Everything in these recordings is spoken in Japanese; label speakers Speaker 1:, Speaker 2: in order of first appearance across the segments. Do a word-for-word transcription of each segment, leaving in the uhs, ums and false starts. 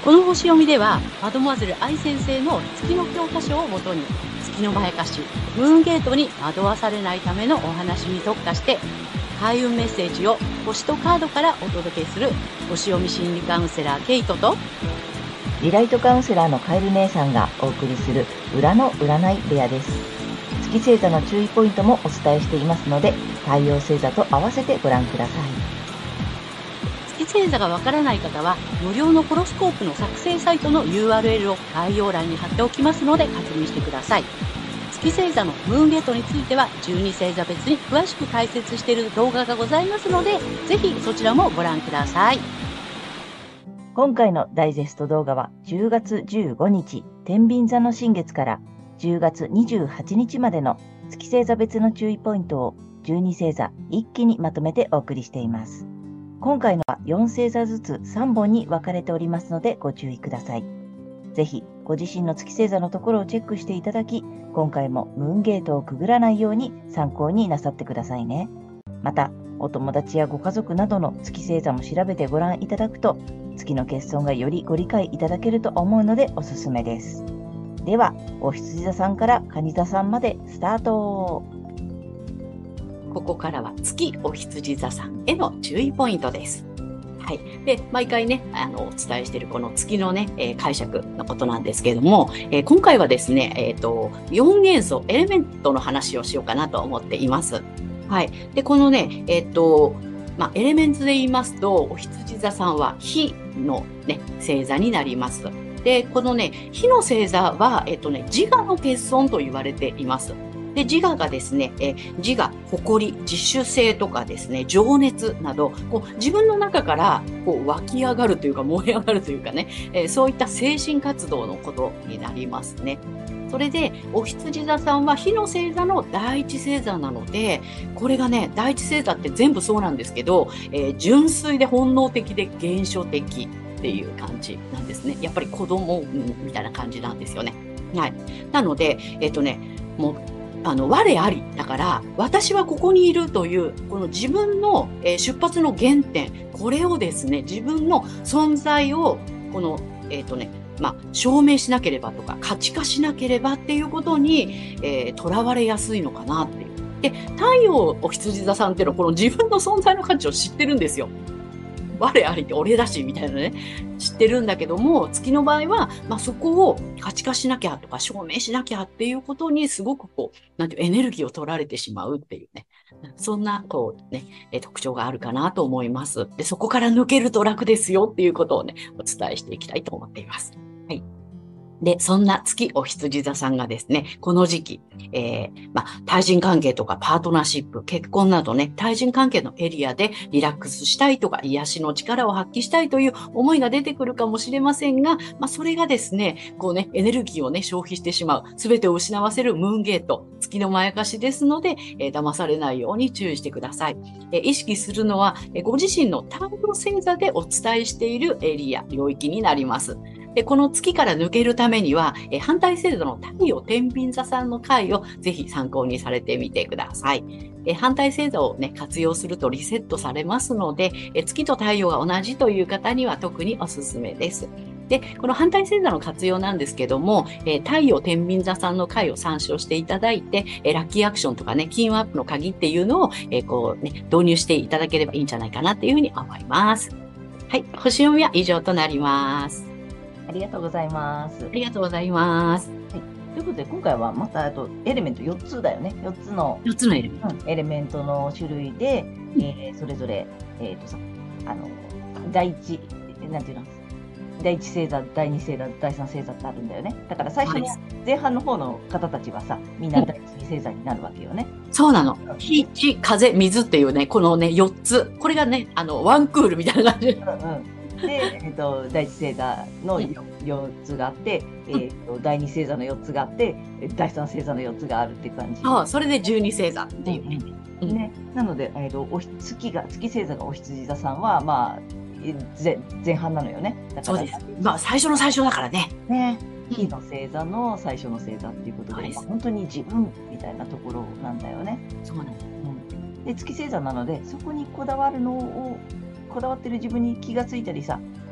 Speaker 1: この星読みでは、マドモアゼル愛先生の月の教科書をもとに、月のまやかし、ムーンゲートに惑わされないためのお話に特化して、開運メッセージを星とカードからお届けする星読み心理カウンセラーケイトと、
Speaker 2: リライトカウンセラーのカエル姉さんがお送りする裏の占い部屋です。月星座の注意ポイントもお伝えしていますので、太陽星座と合わせてご覧ください。
Speaker 1: 月星座がわからない方は、無料のホロスコープの作成サイトの ユーアールエル を概要欄に貼っておきますので確認してください。月星座のムーンゲートについては、じゅうに星座別に詳しく解説している動画がございますので、ぜひそちらもご覧ください。
Speaker 2: 今回のダイジェスト動画はじゅうがつじゅうごにち、天秤座の新月からじゅうがつにじゅうはちにちまでの月星座別の注意ポイントをじゅうに星座一気にまとめてお送りしています。今回のはよん星座ずつさんぼんに分かれておりますのでご注意ください。ぜひご自身の月星座のところをチェックしていただき、今回もムーンゲートをくぐらないように参考になさってくださいね。また、お友達やご家族などの月星座も調べてご覧いただくと、月の欠損がよりご理解いただけると思うのでおすすめです。では、お羊座さんから蟹座さんまでスタート。
Speaker 1: ここからは月お羊座さんへの注意ポイントです。はい。で、毎回ね、あの、お伝えしているこの月のね、えー、解釈のことなんですけれども、えー、今回はですね、えっと、よん元素、エレメントの話をしようかなと思っています。はい。で、このね、えっと、まあ、エレメンツで言いますと、お羊座さんは火のね、星座になります。で、このね、火の星座は、えっとね、自我の欠損と言われています。で、自我がですね、え自我、誇り、自主性とかですね、情熱など、こう自分の中からこう湧き上がるというか燃え上がるというかね、えー、そういった精神活動のことになりますね。それで、お羊座さんは火の星座の第一星座なので、これがね、第一星座って全部そうなんですけど、えー、純粋で本能的で原初的っていう感じなんですね。やっぱり子供みたいな感じなんですよね。はい。なので、えっとね、もう、あの、我あり。だから、私はここにいるという、この自分の、えー、出発の原点、これをですね、自分の存在を、この、えっとね、まあ、証明しなければとか、価値化しなければっていうことに、えー、囚われやすいのかなっていう。で、太陽お羊座さんっていうのは、この自分の存在の価値を知ってるんですよ。我ありって俺だし、みたいなね、知ってるんだけども、月の場合は、まあ、そこを価値化しなきゃとか、証明しなきゃっていうことに、すごくこう、なんていう、エネルギーを取られてしまうっていうね、そんな、こうね、え特徴があるかなと思います。で、そこから抜けると楽ですよっていうことをね、お伝えしていきたいと思っています。はい。で、そんな月お羊座さんがですね、この時期、えー、まあ、対人関係とかパートナーシップ、結婚などね、対人関係のエリアでリラックスしたいとか、癒しの力を発揮したいという思いが出てくるかもしれませんが、まあ、それがですね、こうね、エネルギーをね、消費してしまう、すべてを失わせるムーンゲート、月のまやかしですので、えー、騙されないように注意してください。えー、意識するのは、えー、ご自身の太陽星座でお伝えしているエリア、領域になります。で、この月から抜けるためには、え反対星座の太陽天秤座さんの回をぜひ参考にされてみてください。え反対星座をね、活用するとリセットされますので、え月と太陽が同じという方には特におすすめです。で、この反対星座の活用なんですけども、え太陽天秤座さんの回を参照していただいて、えラッキーアクションとかね、金運アップの鍵っていうのを、えこうね、導入していただければいいんじゃないかなっていうふうに思います。はい、星読みは以上となります。
Speaker 2: ありがとうございます。
Speaker 1: ありがとうございます。
Speaker 2: はい、ということで、今回はまたあとエレメントよっつだよね。よっつの、
Speaker 1: よっつのエレメント。
Speaker 2: うん、エレメントの種類で、うん、えー、それぞれ、えっとさ、あの、第一、なんていうの、第一星座、第二星座、第三星座ってあるんだよね。だから最初の前半の方の方たちはさ、みんな第一星座になるわけよね。
Speaker 1: うん、そうなの。火、地、風、水っていうね、このね、よっつ。これがね、あの、ワンクールみたいな感じ。うんうん
Speaker 2: で、えっと、第一星座の 4, よっつがあって、うん、えっと、第二星座のよっつがあって、第三星座のよっつがあるっていう感じ。
Speaker 1: そう、それでじゅうに星座っていうね。
Speaker 2: うんうん、ね、なので、えっと、お月が、月星座がお羊座さんは、まあ、ぜ前半なのよね。だから
Speaker 1: そうです。まあ、最初の最初だからね。
Speaker 2: ね。火の星座の最初の星座っていうことで、うん、本当に自分みたいなところなんだよね。
Speaker 1: そうなんです。
Speaker 2: うん、で、月星座なので、そこにこだわるのを、こだわってる自分に気がついたりさ、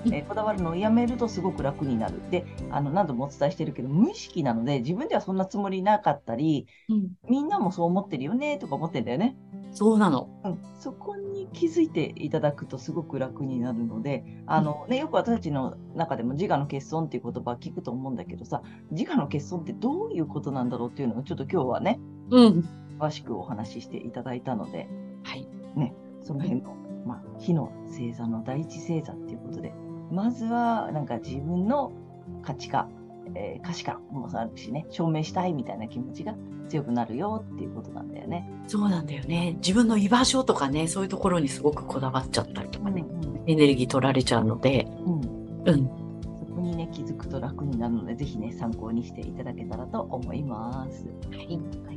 Speaker 2: えーこだわるのをやめるとすごく楽になる。で、あの、何度もお伝えしてるけど、無意識なので、自分ではそんなつもりなかったり、
Speaker 1: うん、
Speaker 2: みんなもそう思ってるよね、とか思ってんだよね。
Speaker 1: そうなの。
Speaker 2: うん、そこに気づいていただくとすごく楽になるので、あのね、よく私たちの中でも自我の欠損っていう言葉を聞くと思うんだけどさ、自我の欠損ってどういうことなんだろうっていうのをちょっと今日はね、
Speaker 1: うん。
Speaker 2: 詳しくお話ししていただいたので、
Speaker 1: はい。
Speaker 2: ね、その辺の、まあ、火の星座の第一星座っていうことで、まずはなんか自分の価値観、えー価値観もあるしね、証明したいみたいな気持ちが強くなるよっていうことなんだよね。
Speaker 1: そうなんだよね。自分の居場所とかね、そういうところにすごくこだわっちゃったりとかね、
Speaker 2: うん
Speaker 1: エネルギー取られちゃうので、
Speaker 2: うんうん
Speaker 1: うん。
Speaker 2: そこにね、気づくと楽になるので、ぜひね、参考にしていただけたらと思います。
Speaker 1: はい。
Speaker 2: はい。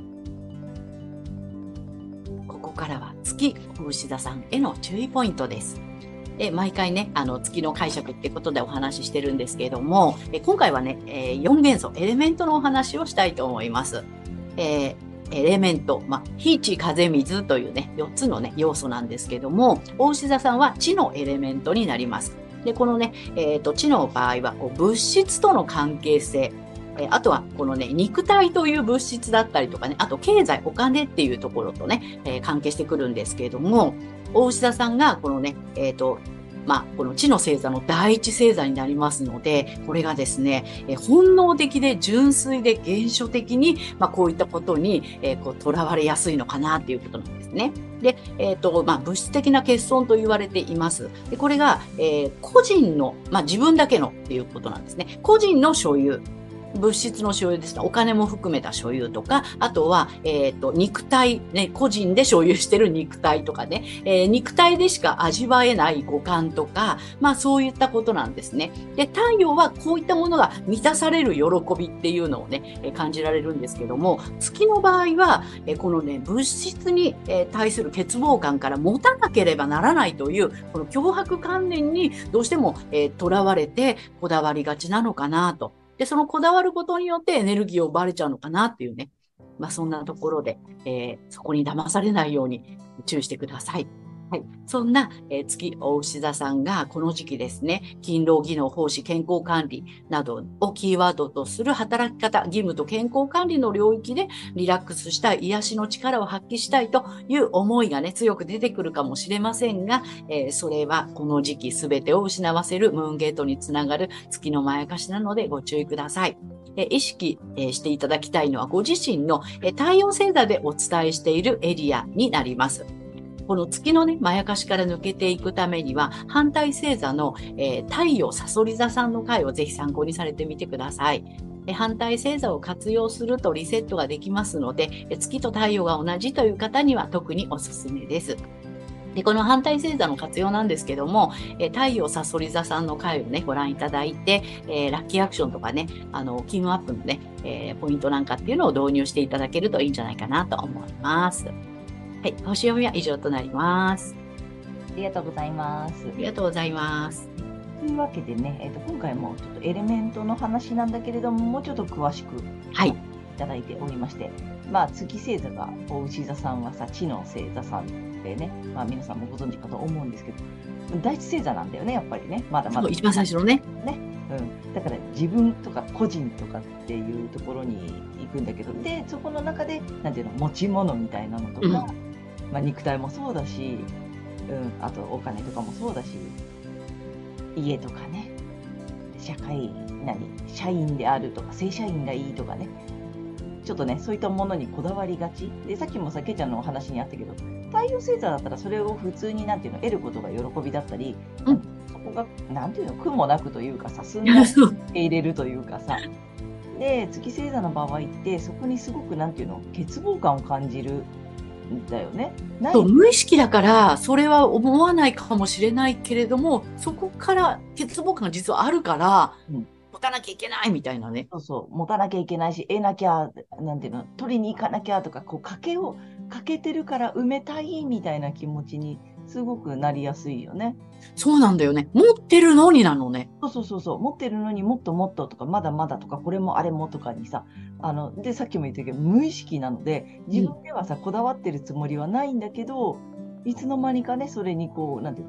Speaker 1: ここからは月お牛座さんへの注意ポイントです。で、毎回ね、あの、月の解釈ってことでお話ししてるんですけれども、え今回はね、えー、よん元素、エレメントのお話をしたいと思います。えーエレメント、まあ、火、地、風、水というね、よっつのね、要素なんですけども、大牛座さんは地のエレメントになります。で、このね、えっと、地の場合は、こう物質との関係性、えあとは、このね、肉体という物質だったりとかね、あと経済、お金っていうところとね、えー関係してくるんですけれども、大牛座さんが、このね、えっと、まあ、この地の星座の第一星座になりますので、これがですね、え本能的で純粋で原初的に、まあ、こういったことに、えー、こう、囚われやすいのかなっていうことなんですね。で、えっと、まあ、物質的な欠損と言われています。で、これが、えー個人の、まあ、自分だけのっていうことなんですね。個人の所有。物質の所有ですね。お金も含めた所有とか、あとは、えっと、肉体、ね、個人で所有してる肉体とかね、えー肉体でしか味わえない五感とか、まあそういったことなんですね。で、太陽はこういったものが満たされる喜びっていうのをね、えー感じられるんですけども、月の場合は、えーこのね、物質に、えー対する欠乏感から持たなければならないという、この脅迫観念にどうしても、えー、囚われてこだわりがちなのかなと。で、そのこだわることによってエネルギーを奪われちゃうのかなっていうね。まあそんなところで、えーそこに騙されないように注意してください。はい。そんな、えー月お牛座さんがこの時期ですね、勤労技能、奉仕、健康管理などをキーワードとする働き方、義務と健康管理の領域でリラックスしたい、癒しの力を発揮したいという思いがね、強く出てくるかもしれませんが、えーそれはこの時期すべてを失わせるムーンゲートにつながる月のまやかしなのでご注意ください。えー意識、えーしていただきたいのはご自身の、えー太陽星座でお伝えしているエリアになります。この月のね、まやかしから抜けていくためには、反対星座の、えー太陽さそり座さんの回をぜひ参考にされてみてください。え反対星座を活用するとリセットができますので、え月と太陽が同じという方には特におすすめです。で、この反対星座の活用なんですけども、え太陽さそり座さんの回をね、ご覧いただいて、えーラッキーアクションとかね、あの、金運アップのね、えーポイントなんかっていうのを導入していただけるといいんじゃないかなと思います。はい、星読みは以上となります。
Speaker 2: ありがとうございます。
Speaker 1: ありがとうございます。
Speaker 2: というわけでね、えーと、今回もちょっとエレメントの話なんだけれども、もうちょっと詳しく
Speaker 1: はい。
Speaker 2: いただいておりまして、まあ、月星座が、お牛座さんはさ、地の星座さんでね、まあ、皆さんもご存知かと思うんですけど、第一星座なんだよね、やっぱりね、まだまだ。
Speaker 1: そう、一番最初のね。
Speaker 2: ね。うん。だから自分とか個人とかっていうところに行くんだけど、で、そこの中で、なんていうの、持ち物みたいなのとか、
Speaker 1: うん
Speaker 2: まあ、肉体もそうだし、うん、あとお金とかもそうだし、家とかね、社会、何、社員であるとか、正社員がいいとかね、ちょっとね、そういったものにこだわりがち。で、さっきもさ、けいちゃんのお話にあったけど、太陽星座だったらそれを普通になんていうの、得ることが喜びだったり、
Speaker 1: うん
Speaker 2: そこが、なんていうの、苦もなくというかさ、すんなり
Speaker 1: そう
Speaker 2: 受け入れるというかさ、で、月星座の場合って、そこにすごくなんていうの、欠乏感を感じるんだよね。ない
Speaker 1: そう、無意識だから、それは思わないかもしれないけれども、そこから欠乏感が実はあるから、
Speaker 2: うん
Speaker 1: 持たなきゃいけないみたいなね。
Speaker 2: そうそう、持たなきゃいけないし、得なきゃ、なんていうの、取りに行かなきゃとか、こう、賭けをかけてるから埋めたいみたいな気持ちにすごくなりやすいよね。
Speaker 1: そうなんだよね。持ってるのになのね。
Speaker 2: そうそうそうそう、持ってるのにもっともっととか、まだまだとか、これもあれもとかにさ、あの、で、さっきも言ったけど、無意識なので、自分ではさ、こだわってるつもりはないんだけど、いつの間にかね、それにこう、なんていうの、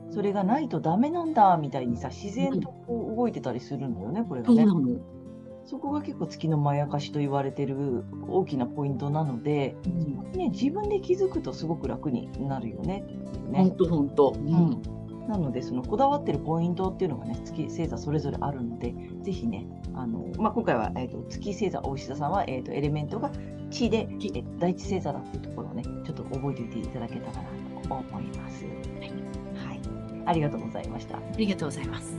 Speaker 2: それがないとダメなんだみたいにさ、自然とこう動いてたりするのよね、これがね。
Speaker 1: そうなの。
Speaker 2: そこが結構月のまやかしと言われてる大きなポイントなので、
Speaker 1: うん
Speaker 2: そこにね、自分で気づくとすごく楽になるよねっていうね。
Speaker 1: ほんとほんと。う
Speaker 2: うんん。なので、そのこだわってるポイントっていうのがね、月星座それぞれあるので、ぜひね、あの、まあ、今回は、えっと、月星座、大石田さんは、えっと、エレメントが地で、
Speaker 1: 地
Speaker 2: え第一星座だっていうところをね、ちょっと覚えておいていただけたらなと思います。はい。ありがとうございました。
Speaker 1: ありがとうございます。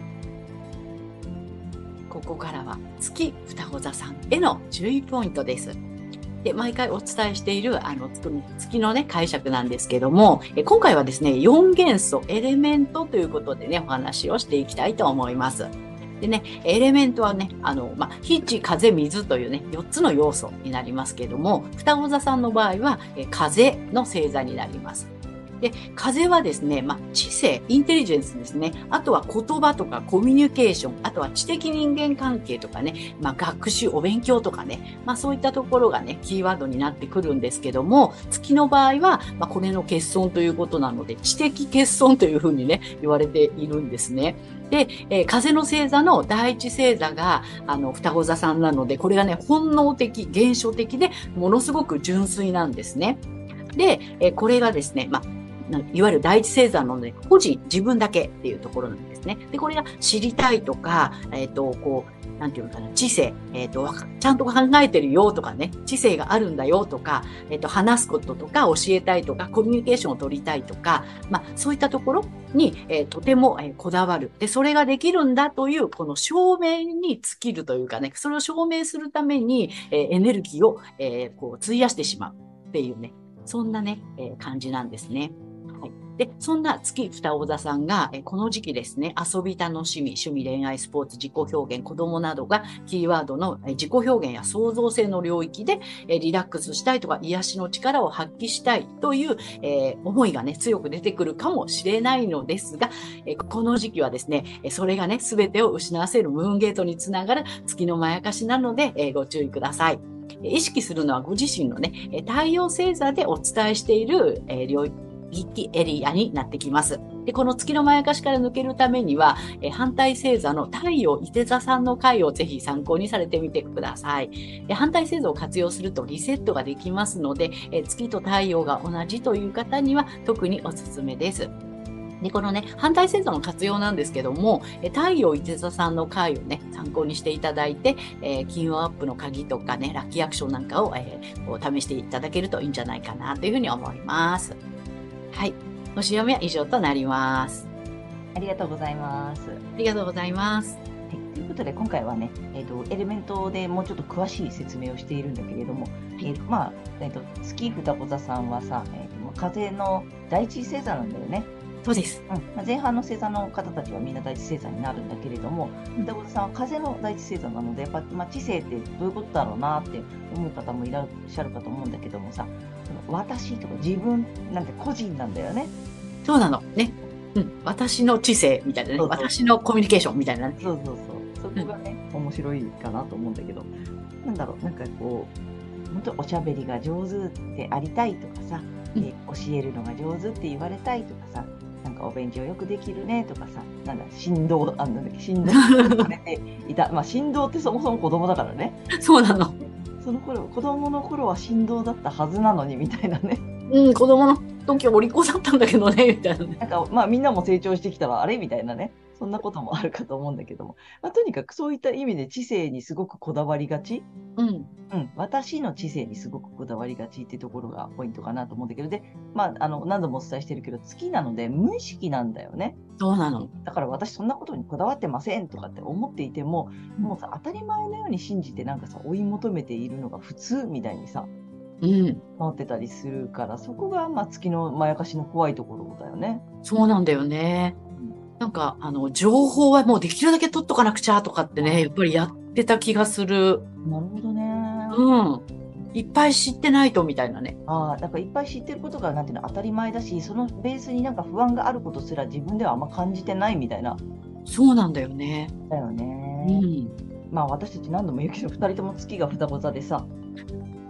Speaker 1: ここからは月双子座さんへの注意ポイントです。で、毎回お伝えしているあの月のね、解釈なんですけども、え今回はですね、よん元素エレメントということでね、お話をしていきたいと思います。でね、エレメントはね、あの、まあ、火、地、風、水というね、よっつの要素になりますけども、双子座さんの場合は、え風の星座になります。で、風はですね、まあ、知性、インテリジェンスですね。あとは言葉とかコミュニケーション、あとは知的人間関係とかね、まあ、学習、お勉強とかね、まあ、そういったところがね、キーワードになってくるんですけども、月の場合は、まあ、これの欠損ということなので、知的欠損というふうにね、言われているんですね。で、えー、風の星座の第一星座が、あの、双子座さんなので、これがね、本能的、現象的で、ものすごく純粋なんですね。で、えー、これがですね、まあ、いわゆる第一星座のね、個人、自分だけっていうところなんですね。で、これが知りたいとか、えっと、こう、なんていうのかな、知性、えっと、ちゃんと考えてるよとかね、知性があるんだよとか、えっと、話すこととか教えたいとか、コミュニケーションを取りたいとか、まあ、そういったところに、えー、とても、えー、こだわる。で、それができるんだという、この証明に尽きるというかね、それを証明するために、えー、エネルギーを、えー、こう費やしてしまうっていうね、そんなね、えー、感じなんですね。で、そんな月双子座さんが、えこの時期ですね、遊び、楽しみ、趣味、恋愛、スポーツ、自己表現、子供などがキーワードのえ自己表現や創造性の領域でえリラックスしたいとか癒しの力を発揮したいという、えー、思いがね、強く出てくるかもしれないのですが、えこの時期はですね、それがね、すべてを失わせるムーンゲートにつながる月のまやかしなので、えご注意ください。意識するのはご自身のね、太陽星座でお伝えしている、え領域、エリアになってきます。で、この月のまやかしから抜けるためには、え反対星座の太陽伊手座さんの回をぜひ参考にされてみてください。え反対星座を活用するとリセットができますので、え月と太陽が同じという方には特におすすめです。で、このね、反対星座の活用なんですけども、太陽伊手座さんの回をね、参考にしていただいて、えー、金運アップの鍵とかね、ラッキーアクションなんかを、えー、こう試していただけるといいんじゃないかなというふうに思います。はい。星読みは以上となります。
Speaker 2: ありがとうございます。
Speaker 1: ありがとうございます。
Speaker 2: はい、ということで、今回はね、えっと、エレメントでもうちょっと詳しい説明をしているんだけれども、えーまあ、えっと、月双子座さんはさ、えーと、風の第一星座なんだよね。
Speaker 1: そうです。
Speaker 2: うんまあ、前半の星座の方たちはみんな第一星座になるんだけれども、双子座さんは風の第一星座なので、やっぱ、まあ、知性ってどういうことだろうなって思う方もいらっしゃるかと思うんだけどもさ、その私とか自分なんて個人なんだよね。
Speaker 1: そうなの。ね。うん。私の知性みたいなね。そうそう私のコミュニケーションみたいなね。
Speaker 2: そうそうそう。そこがね、うん、面白いかなと思うんだけど、なんだろう、なんかこう、本当おしゃべりが上手でありたいとかさ、うん、え教えるのが上手って言われたいとかさ、なんかお勉強よくできるねとかさ、なんだ、振動、あ、なんだっけ、振動されていた。まあ、振動ってそもそも子供だからね。
Speaker 1: そうなの。
Speaker 2: その頃、子供の頃は振動だったはずなのに、みたいなね。
Speaker 1: うん、子供の時はお利口だったんだけどね、みたいなね。
Speaker 2: なんか、まあ、みんなも成長してきたら、あれみたいなね。そんなこともあるかと思うんだけども。まあ、とにかくそういった意味で知性にすごくこだわりがち。うん。うん。私の知性にすごくこだわりがちっていうところがポイントかなと思うんだけど、で、まあ、あの、何度もお伝えしてるけど、月なので無意識なんだよね。
Speaker 1: そうなの。
Speaker 2: だから私そんなことにこだわってませんとかって思っていても、もうさ、当たり前のように信じてなんかさ、追い求めているのが普通みたいにさ、うん、なってたりするから、そこがまあ月のまやかしの怖いところだよね。
Speaker 1: そうなんだよね。なんか、あの、情報はもうできるだけ取っとかなくちゃとかってね、やっぱりやってた気がする。
Speaker 2: なるほどね。
Speaker 1: うん。いっぱい知ってないとみたいなね。
Speaker 2: ああ、だからいっぱい知ってることがなんていうの当たり前だし、そのベースになんか不安があることすら自分ではあんま感じてないみたいな。
Speaker 1: そうなんだよね。
Speaker 2: だよね。
Speaker 1: うん。
Speaker 2: まあ私たち何度も言うけど、ふたりとも月が双子座でさ、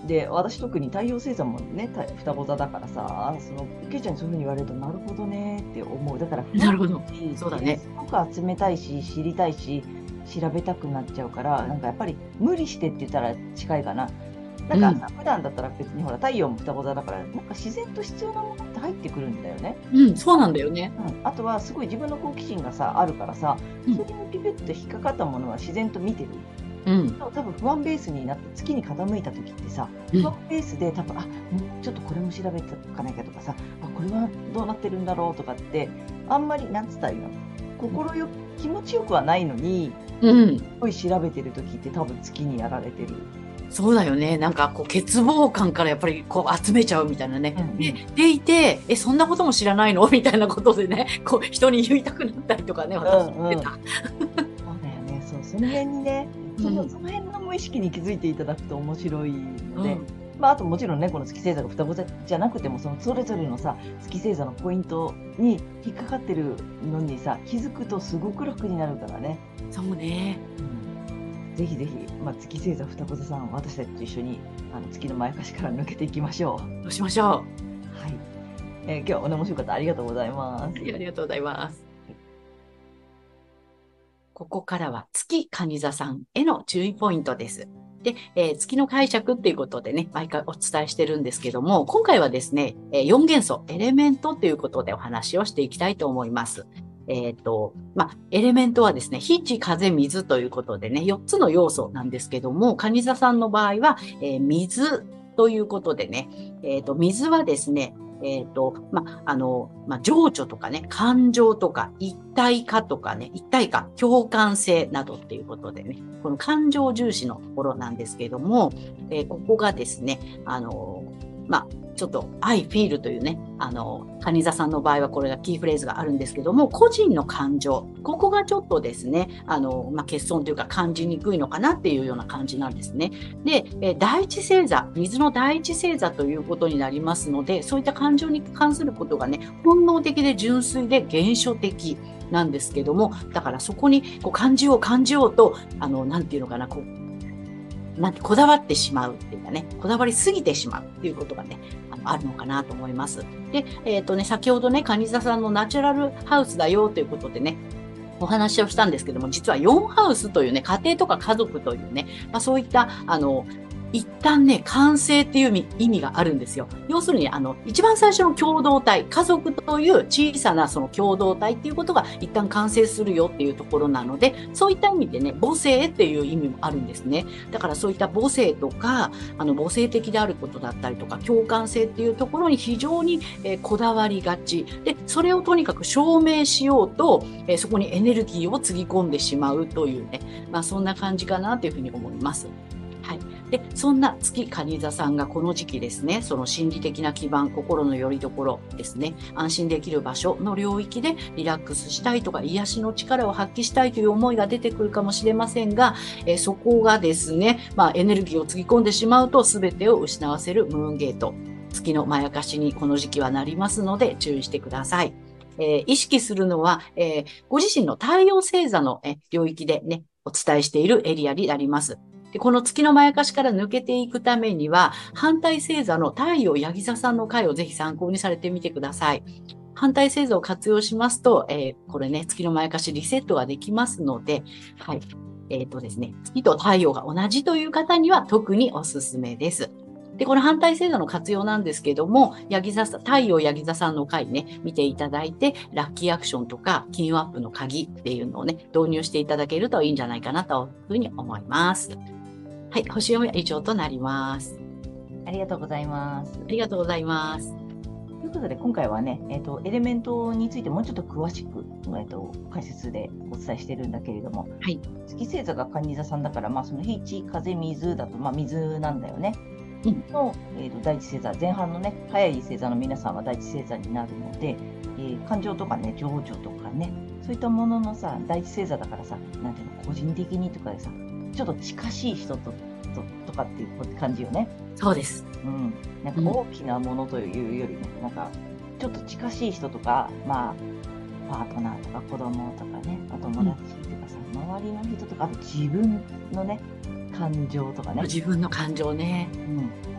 Speaker 2: で、私特に太陽星座もね、た双子座だからさ、その、ケイちゃんにそういうふうに言われると、なるほどねって思う。だから、
Speaker 1: なるほど。
Speaker 2: 不安定
Speaker 1: そうだね。
Speaker 2: ですごく集めたいし、知りたいし、調べたくなっちゃうから、なんかやっぱり無理してって言ったら近いかな。なんかさ、普段だったら別にほら、太陽も双子座だから、なんか自然と必要なものって入ってくるんだよね。
Speaker 1: うん、そうなんだよね。
Speaker 2: うん、あとはすごい自分の好奇心がさ、あるからさ、
Speaker 1: うん
Speaker 2: それにピピッと引っかかったものは自然と見てる。
Speaker 1: うん。
Speaker 2: 多分不安ベースになって月に傾いた時ってさ、
Speaker 1: うん
Speaker 2: 不安ベースで多分、あ、もうちょっとこれも調べておかなきゃとかさ、あ、これはどうなってるんだろうとかって、あんまり、なんつったらいいの、心よ、気持ちよくはないのに、
Speaker 1: うん。
Speaker 2: すごい調べてる時って多分月にやられてる。
Speaker 1: そうだよね。なんかこう欠乏感からやっぱりこう集めちゃうみたいなね。
Speaker 2: うんうん
Speaker 1: で、でいて、え、そんなことも知らないのみたいなことでね、こう人に言いたくなったりとかね、私
Speaker 2: うんうん
Speaker 1: 言ってた。
Speaker 2: そうだよね。そう、その辺にね、その、
Speaker 1: うん
Speaker 2: その辺の無意識に気づいていただくと面白いので、
Speaker 1: うん
Speaker 2: まあ、あともちろんね、この月星座が双子座じゃなくても、そのそれぞれのさ、月星座のポイントに引っかかってるのにさ、気づくとすごく楽になるからね。
Speaker 1: そうね。
Speaker 2: うん、ぜひぜひ、まあ、月星座双子座さん、私たちと一緒にあの月のまやかしから抜けていきましょう。
Speaker 1: どうしましょう。
Speaker 2: はい。えー今日はお面白かった。ありがとうございます。
Speaker 1: はい、ありがとうございます。ここからは月蟹座さんへの注意ポイントです。で、えー月の解釈っていうことでね、毎回お伝えしてるんですけども、今回はですね、えーよん元素、エレメントということでお話をしていきたいと思います。えっと、まあ、エレメントはですね、火、地、風、水ということでね、よっつの要素なんですけども、蟹座さんの場合は、えー水ということでね、えっと、水はですね、えっと、まあ、あの、まあ、情緒とかね、感情とか、一体化とかね、一体感、共感性などっていうことでね、この感情重視のところなんですけれども、えーここがですね、あの、まあ、ちょっと I feel というね、あの、蟹座さんの場合はこれがキーフレーズがあるんですけども、個人の感情、ここがちょっとですね、あの、まあ、欠損というか感じにくいのかなっていうような感じなんですね。で、えー第一星座、水の第一星座ということになりますので、そういった感情に関することがね、本能的で純粋で原初的なんですけども、だからそこにこう感じよう感じようと、あの、なんていうのかな、こう、なんてこだわってしまうっていうかね、こだわりすぎてしまうっていうことがね、あのあるのかなと思います。で、えっとね、先ほどね、蟹座さんのナチュラルハウスだよということでね、お話をしたんですけども、実はよんハウスというね、家庭とか家族というね、まあ、そういった、あの、一旦ね、完成っていう意味意味があるんですよ。要するに、あの、一番最初の共同体、家族という小さなその共同体っていうことが一旦完成するよっていうところなので、そういった意味でね、母性っていう意味もあるんですね。だからそういった母性とか、あの、母性的であることだったりとか、共感性っていうところに非常に、えーこだわりがち。で、それをとにかく証明しようと、えーそこにエネルギーをつぎ込んでしまうというね、まあそんな感じかなというふうに思います。はい。で、そんな月蟹座さんがこの時期ですね、その心理的な基盤、心の拠り所ですね、安心できる場所の領域でリラックスしたいとか、癒しの力を発揮したいという思いが出てくるかもしれませんが、えーそこがですね、まあエネルギーをつぎ込んでしまうと全てを失わせるムーンゲート。月のまやかしにこの時期はなりますので注意してください。えー意識するのは、えーご自身の太陽星座の、え領域でね、お伝えしているエリアになります。で、この月のまやかしから抜けていくためには、反対星座の太陽ヤギ座さんの回をぜひ参考にされてみてください。反対星座を活用しますと、えーこれね、月のまやかしリセットができますので、はい。えっとですね、月と太陽が同じという方には特におすすめです。で、この反対星座の活用なんですけども、ヤギ座さん、太陽ヤギ座さんの回ね、見ていただいて、ラッキーアクションとか、金運アップの鍵っていうのをね、導入していただけるといいんじゃないかなというふうに思います。はい、星読みは以上となります。
Speaker 2: ありがとうございます。
Speaker 1: ありがとうございます。
Speaker 2: ということで、今回はね、えっと、エレメントについてもうちょっと詳しく、えっと、解説でお伝えしてるんだけれども、
Speaker 1: はい。
Speaker 2: 月星座が蟹座さんだから、まあ、その火、地、風、水だと、まあ、水なんだよね。
Speaker 1: うん
Speaker 2: の、えーと、第一星座、前半のね、早い星座の皆さんは第一星座になるので、えー感情とかね、情緒とかね、そういったもののさ、第一星座だからさ、なんていうの、個人的にとかでさ、ちょっと近しい人と、と、とかっていう感じよね。
Speaker 1: そうです。
Speaker 2: うん。なんか大きなものというよりも、なんか、ちょっと近しい人とか、まあ、パートナーとか子供とかね、お友達とかさ、周りの人とか、あと自分のね、感情とかね。
Speaker 1: 自分の感情ね。
Speaker 2: うん。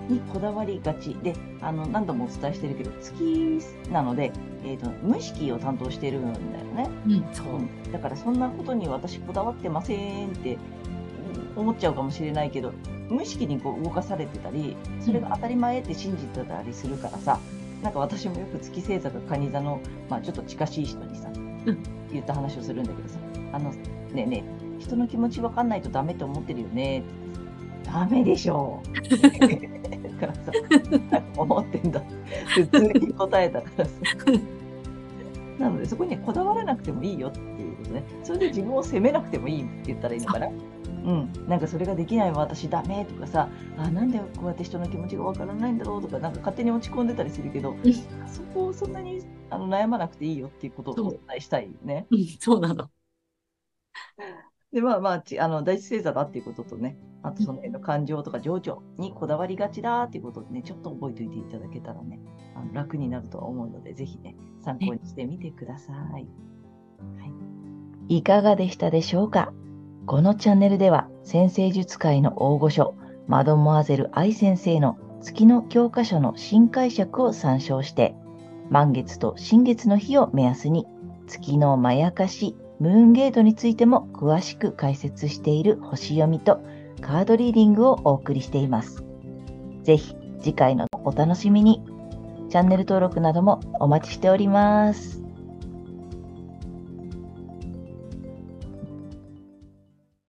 Speaker 2: にこだわりがちで、あの何度もお伝えしてるけど、月なので、えーと、無意識を担当してるんだよね。
Speaker 1: うん、そう。
Speaker 2: うん、だからそんなことに私こだわってませんって思っちゃうかもしれないけど、無意識にこう動かされてたり、それが当たり前って信じてたりするからさ、なんか私もよく月星座が蟹座の、まあ、ちょっと近しい人にさ、
Speaker 1: うん、
Speaker 2: 言った話をするんだけどさ、あのねえねえ、人の気持ち分かんないとダメって思ってるよね。ダメでしょう。だからさ、思ってんだ。普通に答えたからさ。なので、そこにはこだわらなくてもいいよっていうことね。それで自分を責めなくてもいいって言ったらいいのかな。うん。なんかそれができないわ、私ダメとかさ、あ、なんでこうやって人の気持ちがわからないんだろうとか、なんか勝手に落ち込んでたりするけど、
Speaker 1: うん、
Speaker 2: そこをそんなにあの悩まなくていいよっていうことをお伝えしたいよね。
Speaker 1: うん、そうなの。
Speaker 2: で、まあまあ、ちあの第一星座だっていうこととね、あとその辺の感情とか情緒にこだわりがちだっていうことをね、ちょっと覚えておいていただけたらね、あの楽になるとは思うので、ぜひね、参考にしてみてください。はい、いかがでしたでしょうか？このチャンネルでは、占星術界の大御所、マドモアゼル愛先生の月の教科書の新解釈を参照して、満月と新月の日を目安に、月のまやかし、ムーンゲートについても詳しく解説している星読みとカードリーディングをお送りしています。ぜひ次回のお楽しみに。チャンネル登録などもお待ちしております。